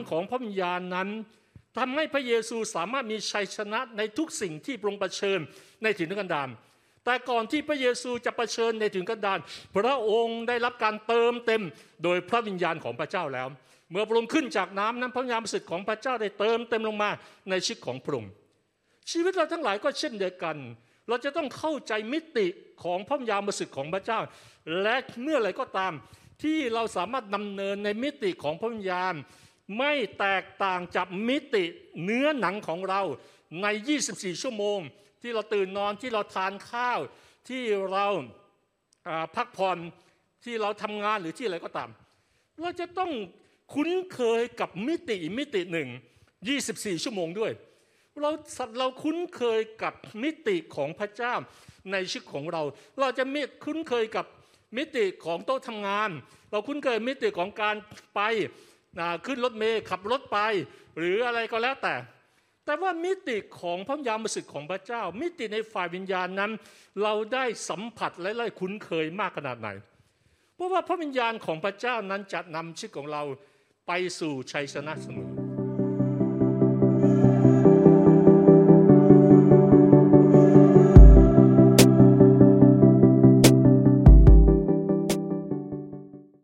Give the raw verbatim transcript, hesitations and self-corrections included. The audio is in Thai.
ของพระวิญญาณนั้นทำให้พระเยซูสามารถมีชัยชนะในทุกสิ่งที่พระองค์เผชิญในถิ่นทุรกันดารแต่ก่อนที่พระเยซูจะเผชิญในถิ่นทุรกันดารพระองค์ได้รับการเติมเต็มโดยพระวิญญาณของพระเจ้าแล้วเมื่อพระองค์ขึ้นจากน้ำนั้นพระวิญญาณบริสุทธิ์ของพระเจ้าได้เติมเต็มลงมาในชีวิตของพระองค์ชีวิตเราทั้งหลายก็เช่นเดียวกันเราจะต้องเข้าใจมิติของพระวิญญาณบริสุทธิ์ของพระเจ้าและเมื่อไรก็ตามที่เราสามารถดำเนินในมิติของพระวิญญาณไม่แตกต่างจากมิติเนื้อหนังของเราในยี่สิบสี่ชั่วโมงที่เราตื่นนอนที่เราทานข้าวที่เราพักผ่อนที่เราทำงานหรือที่อะไรก็ตามเราจะต้องคุ้นเคยกับมิติมิติหนึ่งยี่สิบสี่ชั่วโมงด้วยเราเราคุ้นเคยกับมิติของพระเจ้าในชีวิตของเราเราจะไม่คุ้นเคยกับมิติของโต๊ะทำงานเราคุ้นเคยมิติของการไปขึ้นรถเมล์ขับรถไปหรืออะไรก็แล้วแต่แต่ว่ามิติของพระวิญญาณบริสุทธิ์ของพระเจ้ามิติในฝ่ายวิญญาณนั้นเราได้สัมผัสและได้คุ้นเคยมากขนาดไหนเพราะว่าพระวิญญาณของพระเจ้านั้นจะนำชีวิตของเราไปสู่ชัยชนะเสมอ